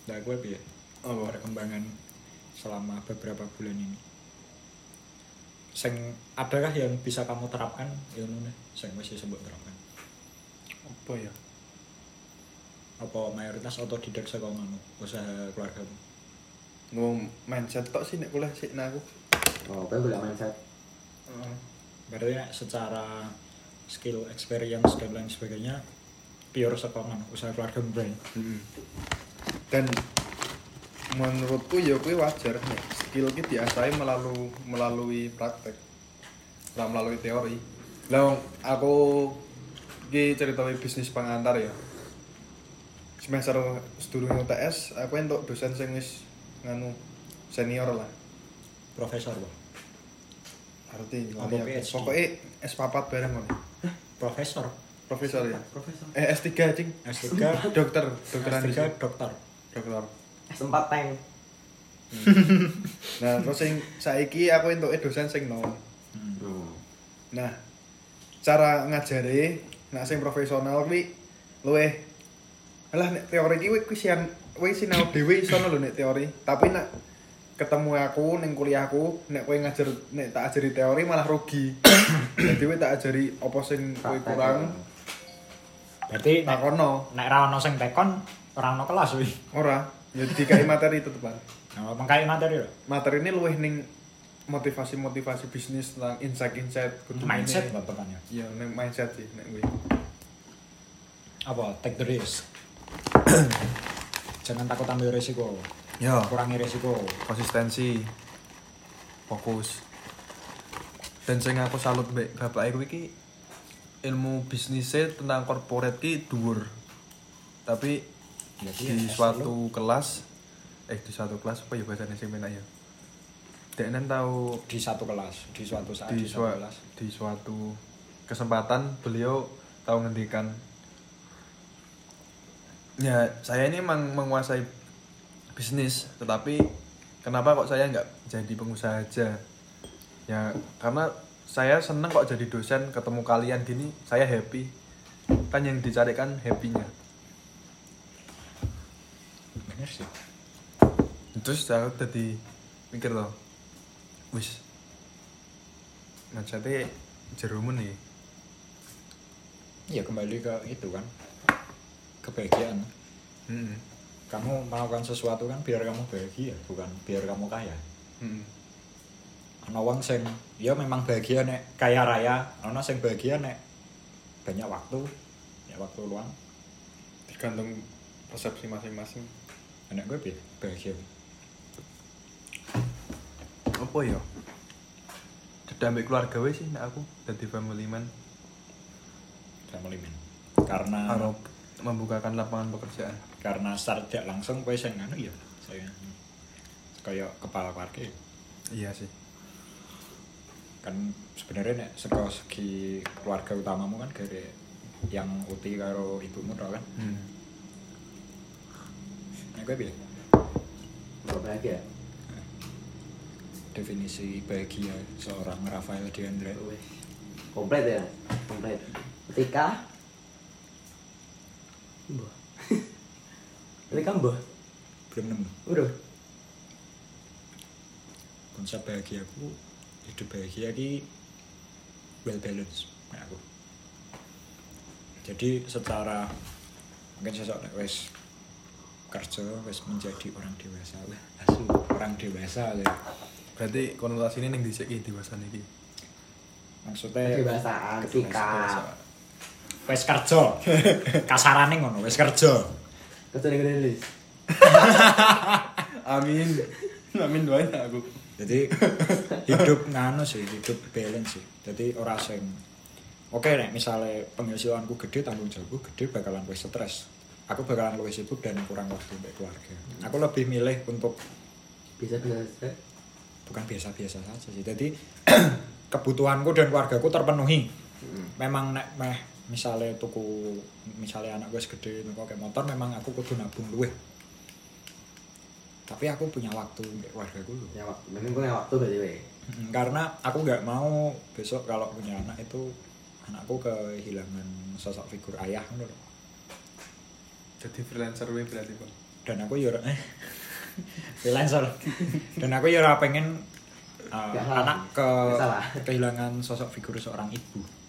Nah, gue piye? Perkembangan selama beberapa bulan ini. Adakah yang bisa kamu terapkan ilmunya? Sing wis iso mbok terapkan. Apa ya? Apa mayoritas otodidak saka ngono usaha keluargamu? Mindset tok sih nek kuliah sik aku. Oh, kowe golek mindset. Berarti secara skill, experience dan lain sebagainya pure saka ngono usaha keluargamu bro. Dan menurutku ya kuwi wajar nek skill ki diasai melalui praktek. Lah melalui teori. Lah aku iki ceritane bisnis pengantar ya. Semester sedurunge UTS aku entuk dosen sing wis nganu senior lah. Profesor, Pak. Arti Apa PhD? pokoknya S4 bareng ngono. Profesor Profesor ya. Profesor. S3 cing. S3 Dokter S3 dokter. Dokter. S4 tank. Nah, terus sing saiki aku entuke dosen sing nom. Oh. Nah, cara ngajare nek sing profesional kuwi luwih alah nek teori iki kuwi sinau dhewe iso lho nek teori, tapi nek ketemu aku ning kuliahku nek kowe ngajar nek tak ajari teori malah rugi. Dadi kowe tak ajari apa sing kowe kurang Berarti takono. nek ra ono sing tekon ora ono kelas kuwi. Ora, ya dikai materi tetepan. Nah, mengkai materi lho. Materi ini luwih ning motivasi bisnis tentang insight kudu Mindset ngene. bapakannya. Iya, ning mindset sih nek kuwi. Apa? Take the risk. Jangan takut ambil resiko. Ya, Kurangi resiko. konsistensi. Fokus. Dan sing aku salut mbek bapak iku iki ilmu bisnisnya tentang corporate ki dhuwur. Tapi di suatu kelas apa ya bahasane sing penak ya. Deknen tahu Di satu kelas, di suatu saat di satu kelas. suatu kesempatan beliau tahu ngendikan ya saya ini memang menguasai bisnis tetapi kenapa kok saya nggak jadi pengusaha aja ya karena saya seneng kok jadi dosen ketemu kalian gini saya happy kan yang dicarikan happy-nya. Bener sih. Terus saya tadi mikir loh wis mindsetnya jerumun nih. Ya kembali ke itu kan. Kebahagiaan. Kamu melakukan sesuatu kan biar kamu bahagia, bukan biar kamu kaya. Ana wong sing ya memang bahagia nek kaya raya, ana sing bahagia nek banyak waktu, ya waktu luang. Tergantung persepsi masing-masing. Nek gue piye bahagia. Apa ya? Cedak ambek keluarga wis sih nek aku dadi family man. Family man. Karena Harap membukakan lapangan pekerjaan. Karena secara tidak langsung kowe sing anu ya, saya kayak kepala keluarga. Iya sih. Kan sebenarnya nek segi keluarga utamamu kan gare yang uti karo ibumu tok kan. Nek kowe piye? Bahagia. Definisi bahagia seorang Rafael Diandre. Komplit ya, komplit. Ketika mbah. Belum nemu. Udah. Konsep bahagiaku, hidup bahagia ki well balance nek aku. Jadi secara mungkin sesok nek wis kerja wis menjadi orang dewasa lah. Asu orang dewasa ya. Berarti konotasinya ning dhisik iki dewasa niki. Maksudnya Kedewasaan ketika wis kerja. Kasarane ngono, wis kerja. kerja ning rilis. Amin. Amin doain aku. Jadi hidup nganu sih, hidup balance sih. Jadi ora sing oke nek misalnya penghasilanku gede, tanggung jawabku gede bakalan wis stres. Aku bakalan luwih sibuk dan kurang waktu untuk keluarga. Aku lebih milih untuk Bisa-bisa saja. bukan biasa-biasa saja sih. Jadi kebutuhanku dan keluargaku terpenuhi. Memang nek meh misalnya tuku misalnya anak gue segede tuku kayak motor memang aku kudu nabung luwih. Tapi aku punya waktu untuk keluargaku lho. Ya, memang punya waktu berarti we. Karena aku nggak mau besok kalau punya anak itu anakku kehilangan sosok figur ayah ngono lho. Jadi freelancer we berarti, Bang. dan aku yo freelancer dan aku yo ora pengen Nggak salah. anak Nggak salah. kehilangan sosok figur seorang ibu